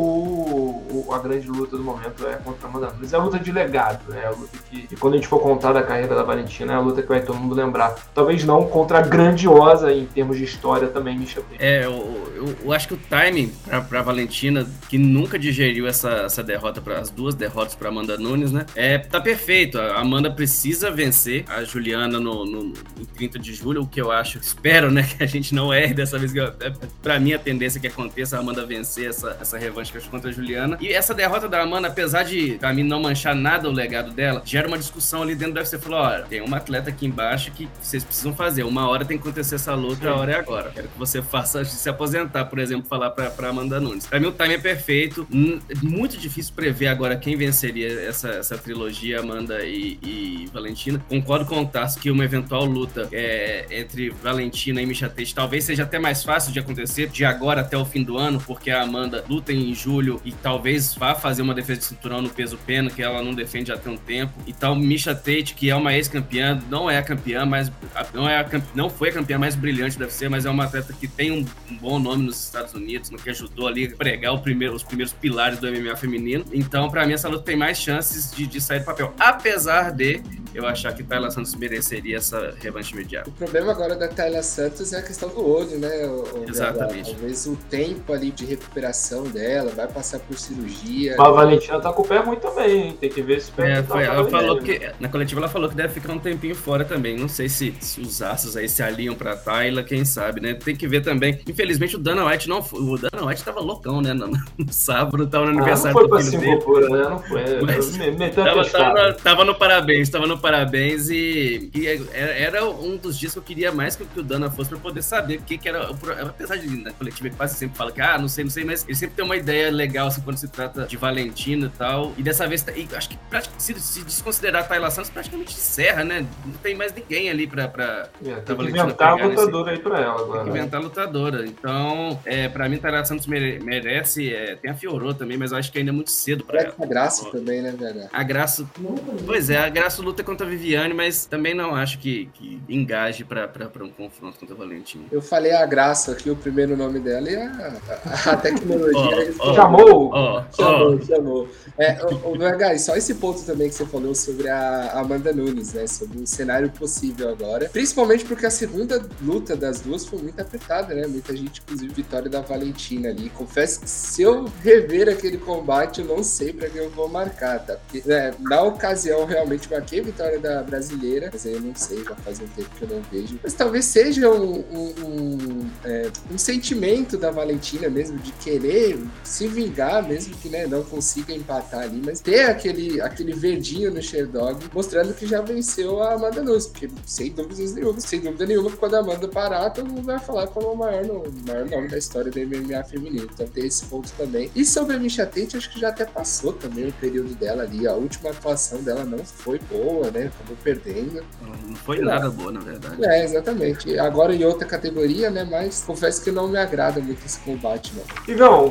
o, a grande luta do momento é contra a Amanda Nunes. É a luta de legado, né? É a luta que, que quando a gente for contar da carreira da Valentina, é a luta que vai todo mundo lembrar. Talvez não contra a grandiosa em termos de história também, Misha Tate. É, eu, eu, eu acho que o timing pra, pra Valentina, que nunca digeriu essa, essa derrota, pra, as duas derrotas pra Amanda Nunes, né? É, tá perfeito. A Amanda precisa vencer a Juliana no, no, no trinta de julho, o que eu acho, espero, né, que a gente não erre dessa vez. Que eu, é, pra mim, a tendência é que aconteça a Amanda vencer essa, essa revanche contra a Juliana. E essa derrota da Amanda, apesar de, pra mim, não manchar nada o legado dela, gera uma discussão ali dentro do U F C. Falou, olha, tem uma atleta aqui embaixo que vocês precisam fazer. Uma hora tem que acontecer essa luta, a hora é agora. Quero que você faça se aposentar, por exemplo, falar pra, pra Amanda Nunes. Pra mim, o time é perfeito. Muito difícil prever agora quem venceria essa, essa trilogia, Amanda e, e Valentina. Concordo com o Tarso que uma eventual luta é, entre Valentina e Misha Tate talvez seja até mais fácil de acontecer de agora até o fim do ano, porque a Amanda luta em julho e talvez vá fazer uma defesa de cinturão no peso pena, que ela não defende já tem um tempo. Então, Misha Tate, que é uma ex-campeã, não é a campeã, mas não, é a, não foi a campeã mais brilhante do U F C, mas é uma atleta que tem um, um bom nome nos Estados Unidos, no que ajudou ali a pregar o primeiro, os primeiros pilares do M M A feminino. Então, pra mim, essa luta tem mais chances de, de sair do papel. Apesar de eu achar que Taila Santos mereceria essa revanche imediata. O problema agora da Taila Santos é a questão do olho, né? O, Exatamente. Talvez o tempo ali de recuperação dela, vai passar por cirurgia. A Valentina tá com o pé ruim também, hein? Tem que ver se o pé é, tá foi, ela falou dele, que, na coletiva ela falou que deve ficar um tempinho fora também. Não sei se, se os aços aí se aliam pra Taila, quem sabe, né? Tem que ver também. Infelizmente o Dana White não foi. O Dana White tava loucão, né? No, no sábado, tava no ah, aniversário não foi do filho pra dele. né? Não foi. Mas me, me tava, tava, tava no parabéns, tava no parabéns e E, e era um dos dias que eu queria mais que o Dana fosse pra poder saber o que, que era. Apesar de na coletiva ele quase sempre fala que, ah, não sei, não sei, mas ele sempre tem uma ideia legal assim, quando se trata de Valentina e tal. E dessa vez, e acho que se, se desconsiderar a Taila Santos, praticamente encerra, né? Não tem mais ninguém ali pra. pra, é, pra tem que Valentina inventar a nesse... lutadora aí pra ela agora. Tem que inventar a lutadora. Então, é, pra mim, Taila Santos mere, merece. É, tem a Fiorot também, mas eu acho que ainda é muito cedo pra ela. A Graça também, né, velho? A Graça. Pois é, a Graça luta contra a Viviane, mas também não acho que, que engaje pra, pra, pra um confronto contra a Valentina. Eu falei a Graça aqui, o primeiro nome dela, e a, a, a tecnologia. Oh, oh, chamou! Oh, chamou, oh. chamou. É, o, o H, só esse ponto também que você falou sobre a Amanda Nunes, né? Sobre o cenário possível agora. Principalmente porque a segunda luta das duas foi muito apertada, né? Muita gente, inclusive, vitória da Valentina ali. Confesso que se eu rever aquele combate, eu não sei pra quem eu vou marcar, tá? Porque, né, na ocasião, realmente marquei a vitória da brasileira, mas aí eu não sei, já faz um tempo que eu não vejo. Mas talvez seja um, um, um, é, um sentimento da Valentina mesmo, de querer se vingar, mesmo que, né, não consiga empatar ali, mas ter aquele, aquele verdinho no Sherdog, mostrando que já venceu a Amanda Nunes, porque sem dúvidas nenhuma, sem dúvida nenhuma, quando a Amanda parar, todo mundo vai falar como o maior, o maior nome da história do M M A feminino. Então tem esse ponto também. E sobre a Misha Tate, acho que já até passou também o período dela ali. A última atuação dela não foi boa, né? Acabou perdendo. Não foi nada boa, na verdade. É, exatamente. Agora em outra categoria, né? Mas confesso que não me agrada muito esse combate, não. Igão,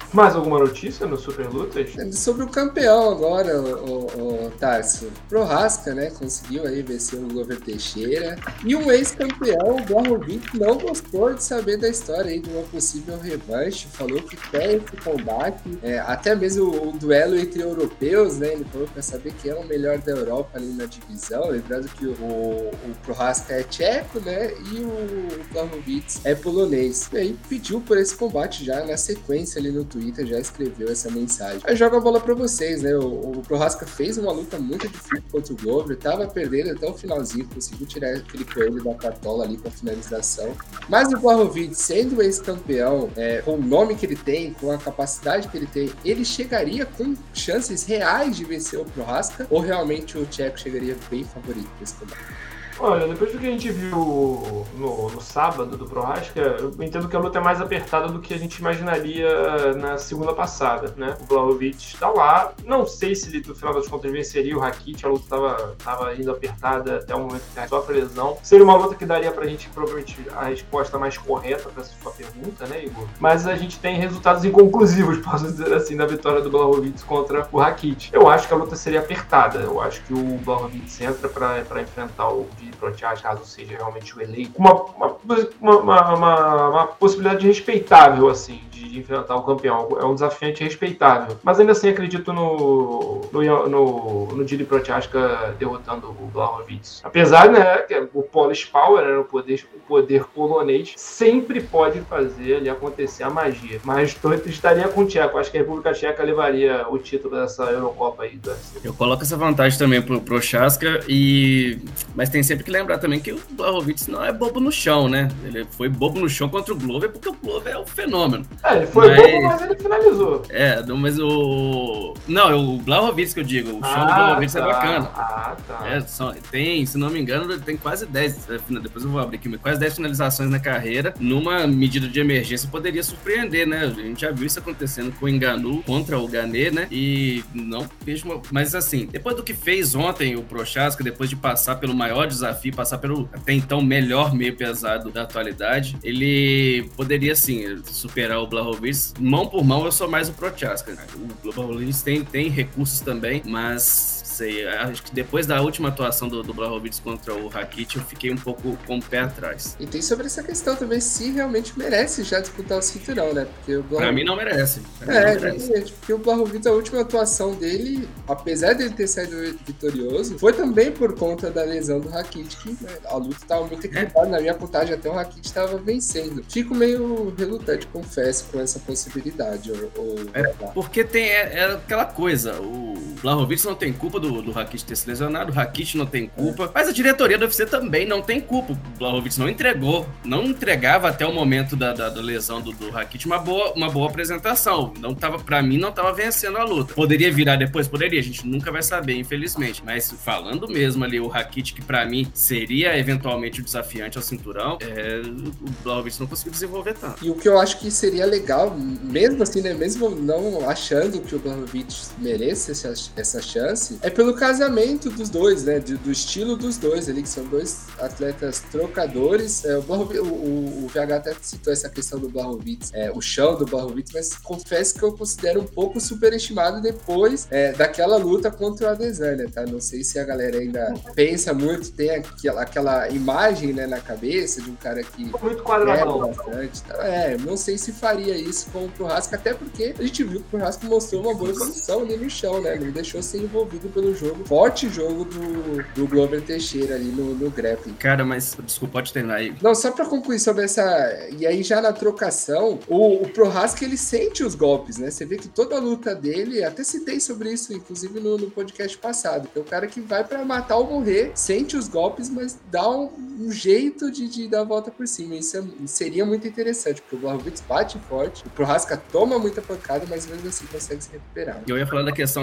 Mais alguma notícia no Super Lutas? Sobre o campeão agora, o, o, o Tarso. Prochazka, né, conseguiu aí vencer o Glover Teixeira. E um ex-campeão, o Blachowicz, não gostou de saber da história aí de uma possível revanche. Falou que quer esse combate, é, até mesmo o, o duelo entre europeus, né? Ele falou para saber quem é o melhor da Europa ali na divisão. Lembrando que o, o Prochazka é tcheco, né? E o Blachowicz é polonês. E aí pediu por esse combate já na sequência ali no Twitter, já escreveu essa mensagem. Aí joga a bola pra vocês, né? O, o Prochazka fez uma luta muito difícil contra o Glover, tava perdendo até o finalzinho, conseguiu tirar aquele coelho da cartola ali com a finalização. Mas o Blachowicz, sendo ex-campeão, é, com o nome que ele tem, com a capacidade que ele tem, ele chegaria com chances reais de vencer o Prochazka, ou realmente o tcheco chegaria bem favorito nesse combate? Olha, depois do que a gente viu no, no sábado do Prochazka, eu entendo que a luta é mais apertada do que a gente imaginaria na segunda passada, né? O Blachowicz tá lá, não sei se ele no final das contas venceria o Rakic, a luta tava, tava indo apertada até o momento que ele sofre a lesão. Seria uma luta que daria pra gente provavelmente a resposta mais correta pra essa sua pergunta, né, Igor? Mas a gente tem resultados inconclusivos, posso dizer assim, da vitória do Blachowicz contra o Rakic. Eu acho que a luta seria apertada, eu acho que o Blachowicz entra pra, pra enfrentar o Prochazka, caso seja realmente o eleito, uma, uma, uma, uma, uma possibilidade respeitável, assim, de, de enfrentar o campeão. É um desafiante respeitável. Mas ainda assim acredito no no, no, no Jiri Prochazka derrotando o Blachowicz. Apesar, né, que o Polish Power, né, o, poder, o poder polonês, sempre pode fazer ali acontecer a magia. Mas tô, estaria com o Tcheco. Acho que a República Tcheca levaria o título dessa Eurocopa aí. Da... Eu coloco essa vantagem também pro Prochazka, e... mas tem sempre que lembrar também que o Blachowicz não é bobo no chão, né? Ele foi bobo no chão contra o Glover porque o Glover é um fenômeno. É, ele foi mas... bobo, mas ele finalizou. É, mas o... Não, o Blachowicz que eu digo, o chão ah, do Blachowicz tá. é bacana. Ah, tá. É, só, tem, se não me engano, ele tem quase dez, depois eu vou abrir aqui, quase dez finalizações na carreira. Numa medida de emergência poderia surpreender, né? A gente já viu isso acontecendo com o Ngannou contra o Gane, né? E não vejo uma... Mas assim, depois do que fez ontem o Prochazka, depois de passar pelo maior desafio, passar pelo até então melhor meio pesado da atualidade, ele poderia sim superar o Blachowicz. Mão por mão eu sou mais o Prochazka, né? O Blachowicz tem, tem recursos também, mas sei, acho que depois da última atuação do, do Blachowicz contra o Rakic, eu fiquei um pouco com o pé atrás. E tem sobre essa questão também, se realmente merece já disputar o cinturão, né? Porque o Blachowicz... Pra mim não merece. Pra é, não merece. Gente, porque o Blachowicz, a última atuação dele, apesar dele ter saído vitorioso, foi também por conta da lesão do Rakic, que né, a luta estava muito equilibrada. É. Na minha contagem, até o Rakic estava vencendo. Fico meio relutante, confesso, com essa possibilidade. Ou, ou... É, porque tem é, é aquela coisa, o Blachowicz não tem culpa do, do Rakic ter se lesionado, o Rakic não tem culpa, é. mas a diretoria do U F C também não tem culpa. O Blachowicz não entregou, não entregava até o momento da, da, da lesão do, do Rakic uma boa, uma boa apresentação. Não tava, pra mim, não estava vencendo a luta. Poderia virar depois? Poderia, a gente nunca vai saber, infelizmente. Mas falando mesmo ali, o Rakic, que pra mim seria eventualmente o desafiante ao cinturão, é, o Blachowicz não conseguiu desenvolver tanto. E o que eu acho que seria legal, mesmo assim, né, mesmo não achando que o Blachowicz mereça essa, essa chance, é pelo casamento dos dois, né, do, do estilo dos dois ali, que são dois atletas trocadores. É, o, o, o, o V H até citou essa questão do Blachowicz, é, o chão do Blachowicz, mas confesso que eu considero um pouco superestimado depois é, daquela luta contra o Adesanya, tá? Não sei se a galera ainda pensa muito, tem aquela, aquela imagem, né, na cabeça de um cara que muito quadradão bastante, tá? É, não sei se faria isso com o Prochazka, até porque a gente viu que o Prochazka mostrou uma boa posição ali no chão, né? Não deixou ser envolvido pelo jogo, forte jogo do, do Glover Teixeira ali no, no grappling. Cara, mas desculpa, pode terminar aí. Não, só pra concluir sobre essa... E aí já na trocação, o, o Prochazka, ele sente os golpes, né? Você vê que toda a luta dele, até citei sobre isso, inclusive no, no podcast passado, que é o cara que vai pra matar ou morrer, sente os golpes, mas dá um, um jeito de, de dar a volta por cima. Isso é, seria muito interessante, porque o Blachowicz bate forte, o Prochazka toma muita pancada, mas mesmo assim consegue se recuperar. Eu ia falar da questão do, do Blachowicz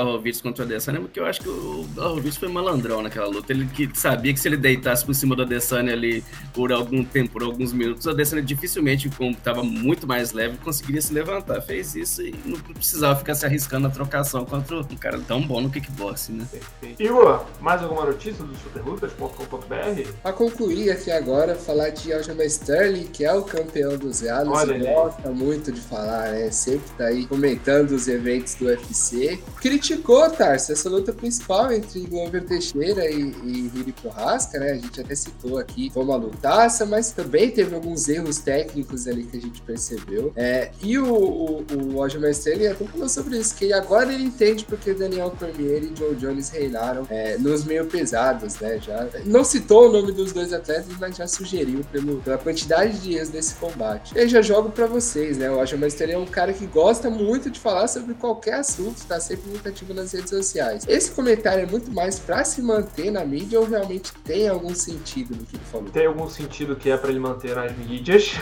Blachowicz contra o Adesanya, porque eu acho que o Blachowicz foi malandrão naquela luta. Ele que sabia que se ele deitasse por cima do Adesanya ali por algum tempo, por alguns minutos, o Adesanya dificilmente, como estava muito mais leve, conseguiria se levantar. Fez isso e não precisava ficar se arriscando na trocação contra um cara tão bom no kickboxing, né? Perfeito. Igor, mais alguma notícia do superlutas ponto com ponto b r? Pra concluir aqui agora, falar de Aljamain Sterling, que é o campeão dos Realos, e gosta muito de falar, né? Sempre tá aí comentando os eventos do U F C. Criticou, Tarso, essa luta principal entre Glover Teixeira e, e Jiri Prochazka, né? A gente até citou aqui, foi uma lutaça, mas também teve alguns erros técnicos ali que a gente percebeu. É, e o, o, o Aljamain Sterling até falou sobre isso, que agora ele entende porque Daniel Cormier e Joe Jones reinaram é, nos meio pesados, né? Já não citou o nome dos dois atletas, mas já sugeriu pelo, pela quantidade de erros desse combate. Eu já jogo pra vocês, né? O Aljamain Sterling é um cara que gosta muito de falar sobre qualquer assunto, tá sempre muito ativo nas redes sociais. Esse comentário é muito mais pra se manter na mídia ou realmente tem algum sentido no que ele falou? Tem algum sentido que é pra ele manter nas mídias,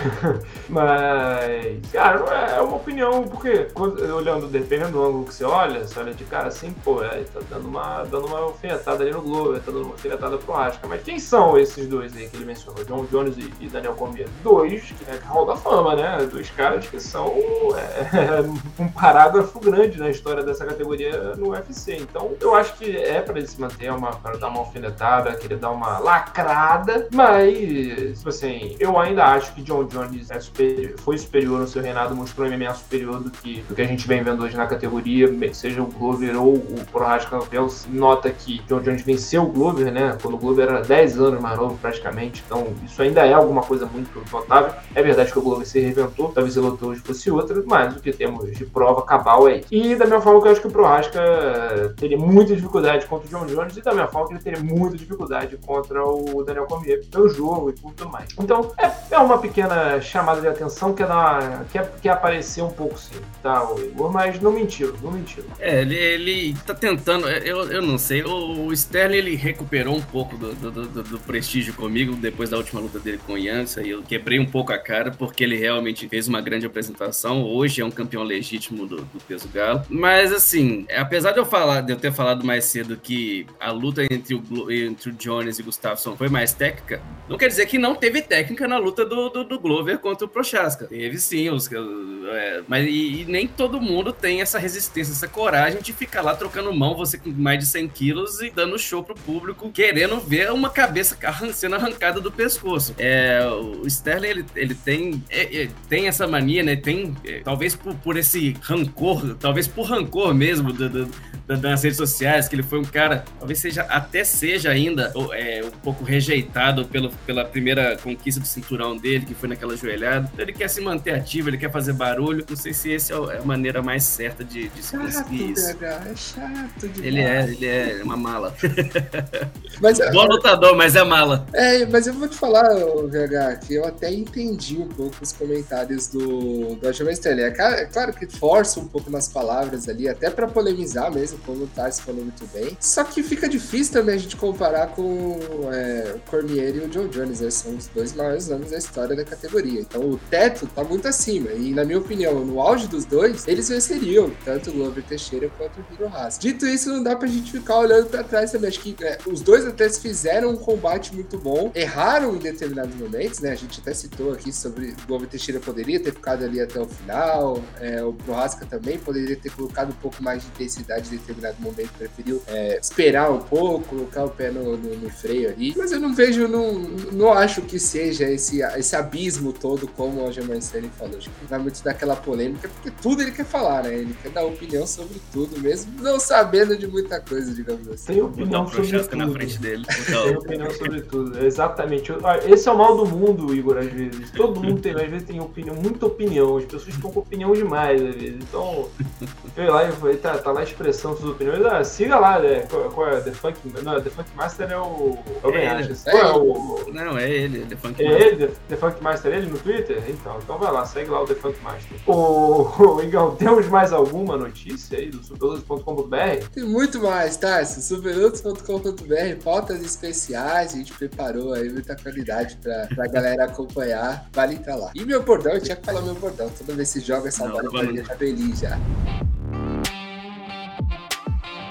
mas, cara, é uma opinião, porque quando, olhando, dependendo do ângulo que você olha, você olha de cara assim, pô, é, tá dando uma, dando uma alfinetada ali no Glover, tá dando uma alfinetada pro Prochazka, mas quem são esses dois aí que ele mencionou? John Jones e, e Daniel Cormier? Dois, que é Hall da Fama, né? Dois caras que são é, um parágrafo grande na história dessa categoria no U F C. Então, eu acho que é pra ele se manter, uma, pra dar uma alfinetada, querer dar uma lacrada, mas, tipo assim, eu ainda acho que John Jones é superior, foi superior no seu reinado, mostrou um M M A superior do que, do que a gente vem vendo hoje na categoria, seja o Glover ou o Prochazka campeão. Nota que John Jones venceu o Glover, né? Quando o Glover era dez anos mais novo, praticamente. Então, isso ainda é alguma coisa muito notável. É verdade que o Glover se reinventou, talvez ele lutou hoje fosse outra, mas o que temos de prova cabal é isso. E da mesma forma que eu acho que o Prochazka teria muita dificuldade contra o John Jones, e da mesma forma que ele teria muita dificuldade contra o Daniel Cormier pelo jogo e por tudo mais. Então, é, é uma pequena chamada de atenção que, é dar, que, é, que é aparecer um pouco sim, tá, Igor? Mas não mentiram, não mentiram. É, ele, ele tá tentando, eu, eu não sei, o, o Sterling, ele recuperou um pouco do, do, do, do prestígio comigo depois da última luta dele com o Yancy, aí eu quebrei um pouco a cara porque ele realmente fez uma grande apresentação, hoje é um campeão legítimo do, do peso galo, mas assim, apesar de eu, falar, de eu ter falado mais cedo que a luta entre o, entre o Jones e o Gustafsson foi mais técnica, não quer dizer que não teve técnica na luta do, do, do Glover contra o Prochazka, teve sim, os, é, mas e, e nem todo mundo tem essa resistência, essa coragem de ficar lá trocando mão, você com mais de cem quilos e dando show pro público, querendo ver uma cabeça sendo arrancada do pescoço. É, o Sterling, ele, ele tem, é, é, tem essa mania, né? Tem, é, talvez por, por esse rancor, talvez por rancor mesmo do, do, do, das redes sociais, que ele foi um cara, talvez seja, até seja ainda é, um pouco rejeitado pelo, pela primeira conquista do cinturão dele, que foi naquela joelhada. Então, ele quer se manter ativo, ele quer fazer barulho. Não sei se essa é a maneira mais certa de, de se conseguir isso. É chato demais. Ele é, ele é uma mala. Mas, bom lutador, mas é mala. É, mas eu vou te falar, V H, que eu até entendi um pouco os comentários do, do Aljamain Sterling. É claro que força um pouco nas palavras ali, até pra polemizar mesmo, como o Tarso falou muito bem. Só que fica difícil também a gente comparar com é, o Cormier e o Joe Jones. Eles são os dois maiores nomes da história da categoria. Então o teto tá muito acima. E na minha opinião, no auge dos dois, eles venceriam tanto o Glover Teixeira quanto o Jiri Prochazka. Dito isso, não dá pra gente ficar olhando pra trás também. Acho que é, os dois atletas fizeram um combate muito bom, erraram em determinados momentos, né? A gente até citou aqui sobre o Glover Teixeira poderia ter ficado ali até o final, é, o Prochazka também poderia ter colocado um pouco mais de intensidade em determinado momento, preferiu é, esperar um pouco, colocar o pé no, no, no freio ali, mas eu não vejo, não, não acho que seja esse, esse abismo todo, como o Aljamain Sterling falou. Acho que não vai muito daquela polêmica, porque tudo ele quer falar, né? Ele quer dar opinião sobre tudo, mesmo não sabendo de muita coisa, digamos assim. Tem opinião sobre tudo. Na frente dele. Tem opinião sobre tudo, exatamente. Esse é o mal do mundo, Igor, às vezes. Todo mundo tem, às vezes tem opinião, muita opinião. As pessoas estão com opinião demais, às vezes. Então, eu lá e falei, tá, tá lá expressando suas opiniões. Ah, siga lá, né? Qual, qual é? The Funk, não, The Funk Master é o... É o Ben Askren. É, é o... Não, é ele, The Funk é Master. É ele, The, The Funk Master, é ele no Twitter? Então, então vai lá, segue lá o The Funk Master. Ô, ô Igor, temos mais alguma notícia aí do superlutas ponto com ponto b r? Tem muito mais, Tarso. superlutas ponto com ponto b r, pautas especiais, a gente preparou aí muita qualidade pra, pra galera acompanhar. Vale entrar lá. E meu bordão, eu tinha que falar meu bordão. Toda vez que joga essa bola, eu já tá feliz já.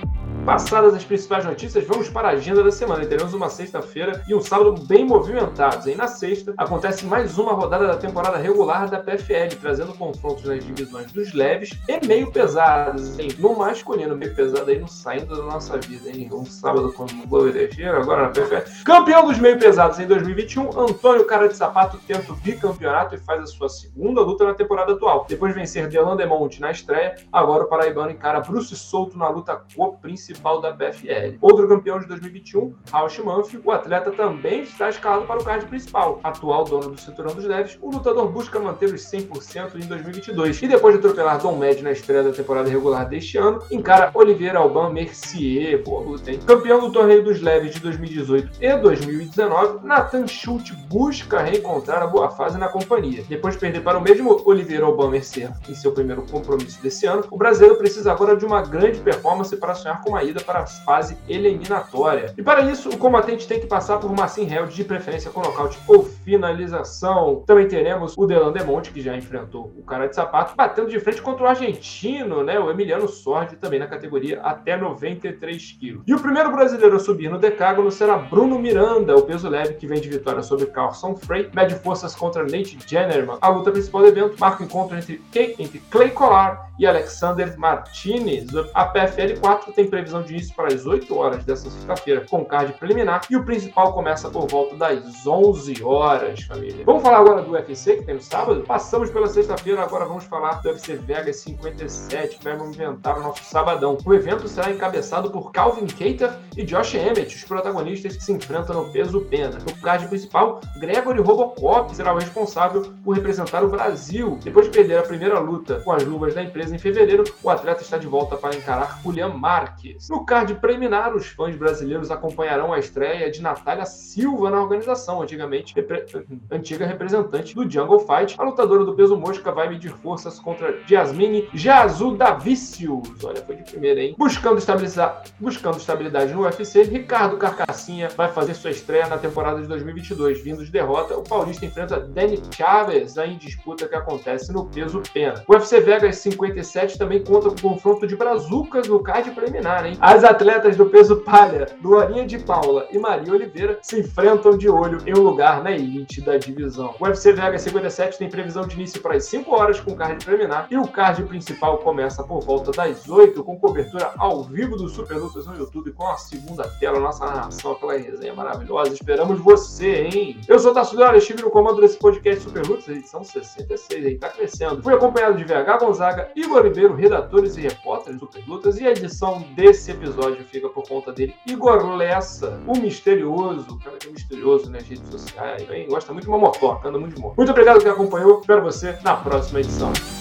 Passadas as principais notícias, vamos para a agenda da semana. Teremos uma sexta-feira e um sábado bem movimentados. Aí na sexta, acontece mais uma rodada da temporada regular da P F L, trazendo confrontos nas divisões dos leves e meio pesados. Hein? No masculino, meio pesado aí não saindo da nossa vida. Hein? Um sábado com o Glover Teixeira, agora na P F L. Campeão dos meio pesados em dois mil e vinte e um, Antônio Cara de Sapato tenta o bicampeonato e faz a sua segunda luta na temporada atual. Depois de vencer Delan Demonte na estreia, agora o paraibano encara Bruce Souto na luta co-principal da P F L. Outro campeão de dois mil e vinte e um, Rauch Manfio, o atleta também está escalado para o card principal. Atual dono do cinturão dos leves, o lutador busca manter os cem por cento em dois mil e vinte e dois. E depois de atropelar Dom Med na estreia da temporada regular deste ano, encara Oliveira Alban Mercier. Boa luta, hein? Campeão do torneio dos leves de dois mil e dezoito e dois mil e dezenove, Nathan Schulte busca reencontrar a boa fase na companhia. Depois de perder para o mesmo Oliveira Alban Mercier em seu primeiro compromisso desse ano, o brasileiro precisa agora de uma grande performance para sonhar com uma ida para a fase eliminatória. E para isso, o combatente tem que passar por Marcin Held, de preferência com nocaute ou finalização. Também teremos o Delan Demonte, que já enfrentou o Cara de Sapato, batendo de frente contra o argentino, né, o Emiliano Sordi, também na categoria até noventa e três quilos. E o primeiro brasileiro a subir no decágono será Bruno Miranda, o peso leve, que vem de vitória sobre Carlson Frey, mede forças contra Nate Jennerman. A luta principal do evento marca o encontro entre, entre Clay Collard e Alexander Martinez. A P F L quatro tem previsão de início para as oito horas dessa sexta-feira, com card preliminar, e o principal começa por volta das onze horas, família. Vamos falar agora do U F C, que tem no sábado? Passamos pela sexta-feira, agora vamos falar do U F C Vegas cinquenta e sete, que vai movimentar o nosso sabadão. O evento será encabeçado por Calvin Kattar e Josh Emmett, os protagonistas que se enfrentam no peso pena. No card principal, Gregory Robocop será o responsável por representar o Brasil. Depois de perder a primeira luta com as luvas da empresa em fevereiro, o atleta está de volta para encarar Julian Marques. No card preliminar, os fãs brasileiros acompanharão a estreia de Natália Silva na organização, antigamente repre... antiga representante do Jungle Fight. A lutadora do peso mosca vai medir forças contra Jasmine Jasudavicius. Olha, foi de primeira, hein? Buscando, estabilizar... Buscando estabilidade no U F C, Ricardo Carcassinha vai fazer sua estreia na temporada de dois mil e vinte e dois. Vindo de derrota, o paulista enfrenta Danny Chaves em disputa que acontece no peso pena. O U F C Vegas cinquenta e sete também conta com o confronto de brazucas no card preliminar, hein? As atletas do peso palha, Luaninha de Paula e Maria Oliveira, se enfrentam de olho em um lugar na elite da divisão. O U F C Vegas cinquenta e sete tem previsão de início para as cinco horas com card preliminar, e o card principal começa por volta das oito, com cobertura ao vivo do Super Lutas no YouTube, com a segunda tela, nossa narração, aquela resenha maravilhosa. Esperamos você, hein? Eu sou o Tasso Leal, estive no comando desse podcast Super Lutas, edição sessenta e seis, hein? Tá crescendo. Fui acompanhado de V H Gonzaga, Igor Ribeiro, redatores e repórteres do Super Lutas, e a edição desse episódio fica por conta dele, Igor Lessa, o misterioso, o cara que é misterioso nas redes sociais, hein? Gosta muito de uma motoca, anda muito de moto. Muito obrigado que acompanhou, espero você na próxima edição.